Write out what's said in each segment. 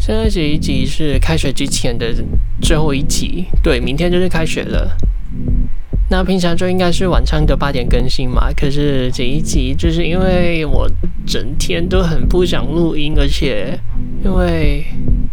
现在这一集是开学之前的最后一集，对，明天就是开学了。那平常就应该是晚上的8点更新嘛，可是这一集就是因为我整天都很不想录音，而且因为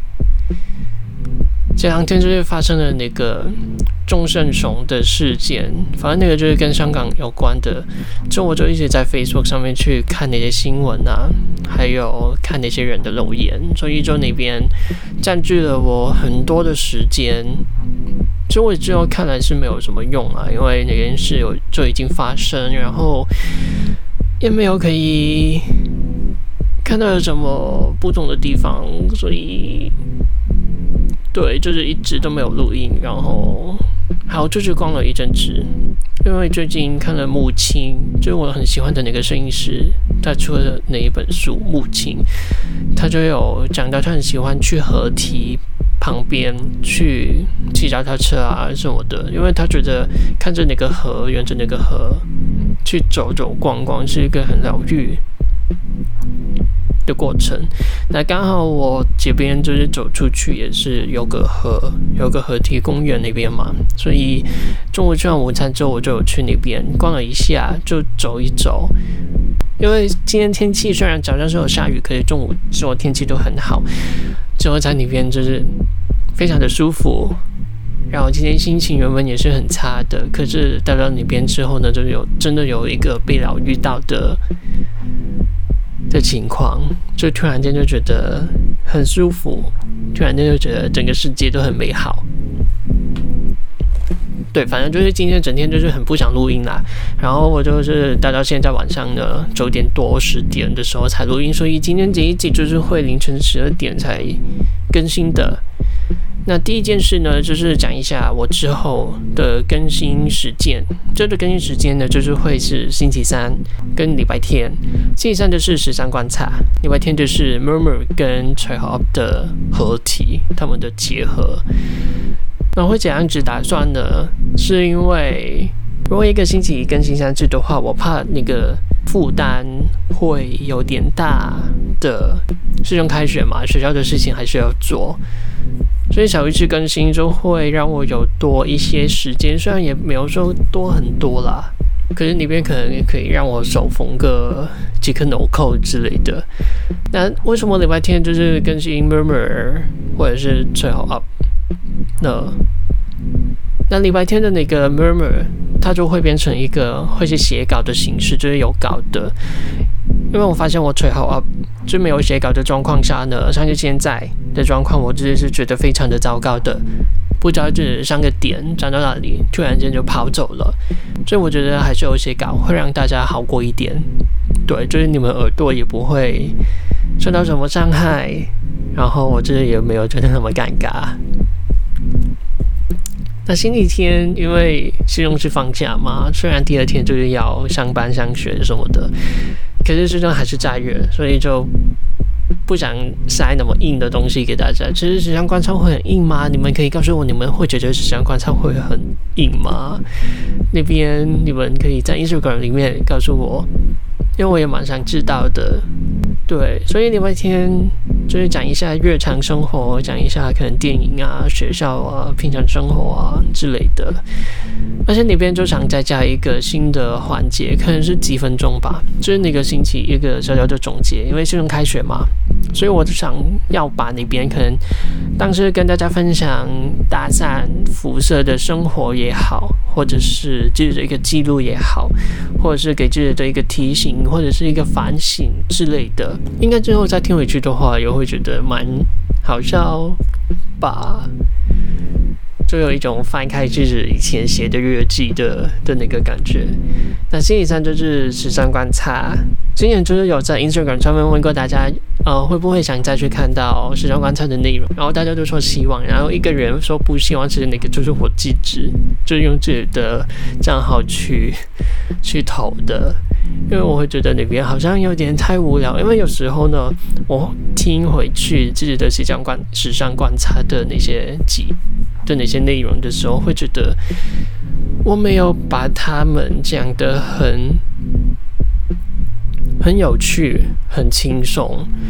这2天就是发生了那个钟胜雄的事件，反正那个就是跟香港有关的，就我就一直在 Facebook 上面去看那些新闻啊，还有看那些人的留言，所以就那边占据了我很多的时间。其实我之后看来是没有什么用啊，因为那件事就已经发生，然后也没有可以看到有什么不同的地方，所以对，就是一直都没有录音。然后好，就是光了一阵子，因为最近看了《母亲》，就是我很喜欢的那个摄影师，他出了那一本书《母亲》，他就有讲到他很喜欢去河堤旁边去骑脚踏车啊什么的，因为他觉得看着那个河，沿着那个河去走走逛逛是一个很疗愈的过程。那刚好我这边就是走出去也是有个河堤公园那边嘛，所以中午吃完午餐之后我就有去那边逛了一下，就走一走。因为今天天气虽然早上是有下雨，可是中午之后天气都很好，之后在那边就是非常的舒服。然后今天心情原本也是很差的，可是到那边之后呢，就真的有一个被疗愈到的情况，就突然间就觉得很舒服，突然间就觉得整个世界都很美好。对，反正就是今天整天就是很不想录音啦，然后我就是待到现在晚上的9点多10点的时候才录音，所以今天这一集就是会凌晨12点才更新的。那第一件事呢，就是讲一下我之后的更新时间。这个更新时间呢，就是会是星期三跟礼拜天。星期三就是时尚观察，礼拜天就是 Murmur 跟 Trihop 的合体，他们的结合。那会怎样子打算呢？是因为如果一个星期更新3次的话，我怕那个负担会有点大的。是用开学嘛，学校的事情还是要做，所以少一次更新就会让我有多一些时间，虽然也没有说多很多啦，可是里面可能也可以让我手缝个几颗纽扣之类的。那为什么礼拜天就是更新 Murmur 或者是最后 Up 呢？那礼拜天的那个 Murmur 它就会变成一个会是写稿的形式，就是有稿的。因为我发现我最后就没有写稿的状况下呢，像是现在的状况，我真的是觉得非常的糟糕的，不知道就是上个点站到那里，突然间就跑走了。所以我觉得还是有写稿会让大家好过一点，对，就是你们耳朵也不会受到什么伤害，然后我这也没有觉得那么尴尬。那星期天因为期中是放假嘛，虽然第2天就是要上班上学什么的，可是最终还是假日，所以就不想塞那么硬的东西给大家。其实时尚观察会很硬吗？你们可以告诉我，你们会觉得时尚观察会很硬吗？那边你们可以在 Instagram 里面告诉我，因为我也蛮想知道的。对，所以礼拜天就是讲一下日常生活，讲一下可能电影啊、学校啊、平常生活啊之类的。而且那边就想再加一个新的环节，可能是几分钟吧，就是那个星期一个小小的总结，因为是开学嘛，所以我就想要把那边可能当时跟大家分享大三辐射的生活也好，或者是自己的一个记录也好，或者是给自己的一个提醒，或者是一个反省之类的。应该之后再听回去的话，也会觉得蛮好笑吧，就有一种翻开自己以前写的日记的那个感觉。那星期三就是时尚观察，之前就是有在 Instagram 上面问过大家，会不会想再去看到时尚观察的内容，然后大家都说希望，然后一个人说不希望，其实那个就是我自己，就是用自己的账号去投的。因为我会觉得那边好像有点太无聊，因为有时候呢，我听回去自己的时尚观察的那些内容的时候，会觉得我没有把他们讲得很有趣、很轻松，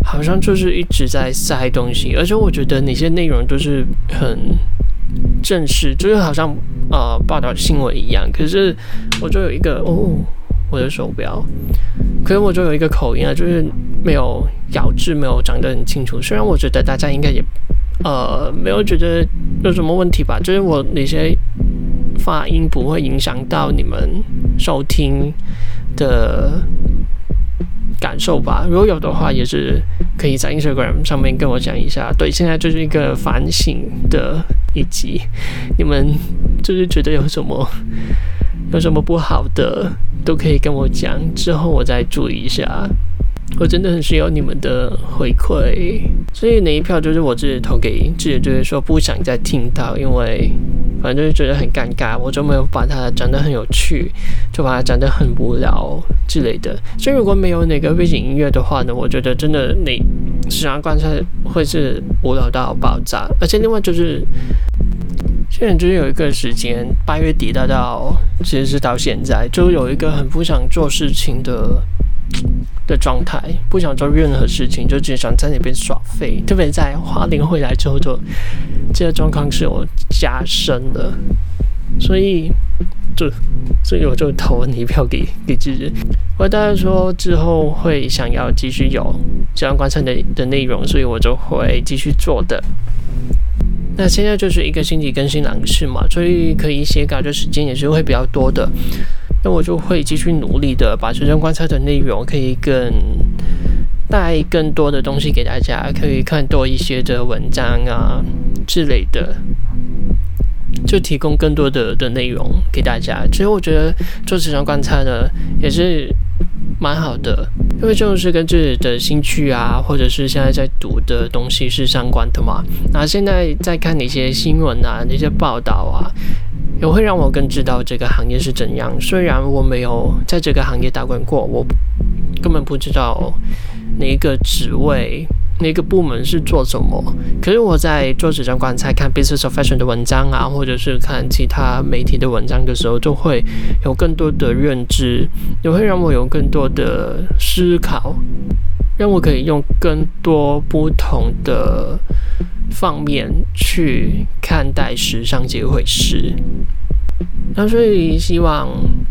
好像就是一直在塞东西，而且我觉得那些内容都是很正式，就是好像报道新闻一样。可是我就有一个我的手表，可是我就有一个口音啊，就是没有咬字，没有讲得很清楚。虽然我觉得大家应该也没有觉得有什么问题吧，就是我那些发音不会影响到你们收听的感受吧。如果有的话，也是可以在 Instagram 上面跟我讲一下。对，现在就是一个反省的一集，你们就是觉得有什么不好的，都可以跟我讲，之后我再注意一下。我真的很需要你们的回馈，所以那一票就是我自己投给自己，就是说不想再听到，因为反正就觉得很尴尬，我就没有把它讲得很有趣，就把它讲得很无聊之类的。所以如果没有那个背景音乐的话呢，我觉得真的那时常观察会是无聊到爆炸。而且另外就是现在就是有一个时间，8月底到其实是到现在，就有一个很不想做事情的状态，不想做任何事情，就只想在那边耍废。特别在花莲回来之后，就这个状况是我加深了，所以我就投了一票给自己。我大概说之后会想要继续有这样观察的内容，所以我就会继续做的。那现在就是一个星期更新2次嘛，所以可以写稿的时间也是会比较多的。那我就会继续努力的把学生观察的内容可以带更多的东西给大家，可以看多一些的文章啊之类的，就提供更多的内容给大家。其实我觉得做学生观察呢也是蛮好的，因为就是跟自己的兴趣啊，或者是现在在读的东西是相关的嘛。那现在在看那些新闻啊，那些报道啊，也会让我更知道这个行业是怎样。虽然我没有在这个行业打滚过，我根本不知道哪一个职位、哪个部门是做什么。可是我在做时尚观察、看 Business of Fashion 的文章啊，或者是看其他媒体的文章的时候，就会有更多的认知，也会让我有更多的思考，让我可以用更多不同的方面去看待时尚这回事。那所以希望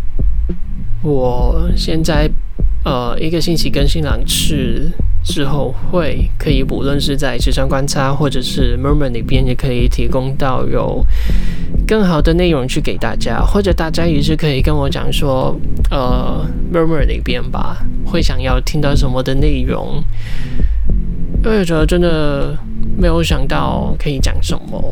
我现在一个星期更新2次之后，会可以无论是在时尚观察或者是 Murmur 那边，也可以提供到有更好的内容去给大家，或者大家也是可以跟我讲说Murmur 那边吧，会想要听到什么的内容。因为我觉得真的没有想到可以讲什么。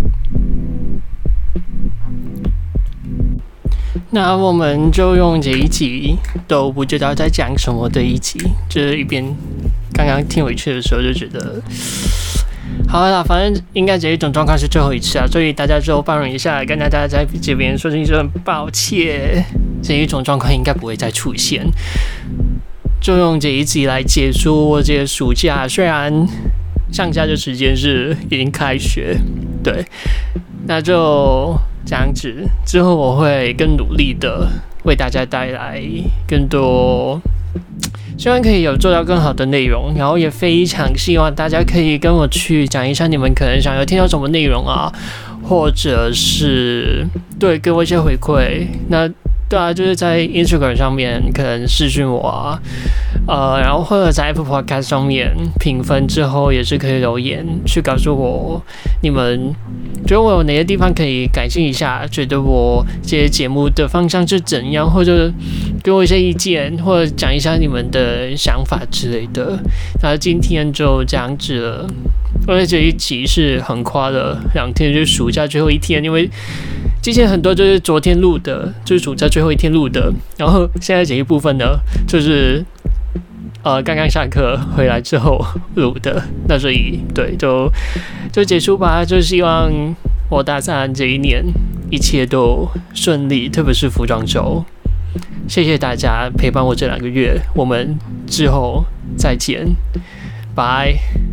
那我们就用这一集都不知道在讲什么的一集，就是一边刚刚听回去的时候就觉得，好了啦，反正应该这一种状况是最后一次啊，所以大家就包容一下，跟大家在这边说声很抱歉，这一种状况应该不会再出现。就用这一集来结束我这个暑假，虽然上架的时间是已经开学，对，那就这样子，之后我会更努力的为大家带来更多，希望可以有做到更好的内容，然后也非常希望大家可以跟我去讲一下你们可能想要听到什么内容啊，或者是对给我一些回馈。那对啊，就是在 Instagram 上面可能私讯我啊，然后或者在 Apple Podcast 上面评分之后也是可以留言去告诉我你们觉得我有哪些地方可以改进一下，觉得我这些节目的方向是怎样，或者给我一些意见，或者讲一下你们的想法之类的。那今天就这样子了，因为这一集是横跨了2天，就是暑假最后一天，因为之前很多就是昨天录的，就是暑假最后一天录的，然后现在这一部分呢，就是刚刚下课回来之后录的，那所以对，就结束吧。就希望我大3这一年一切都顺利，特别是服装周。谢谢大家陪伴我这2个月，我们之后再见，拜。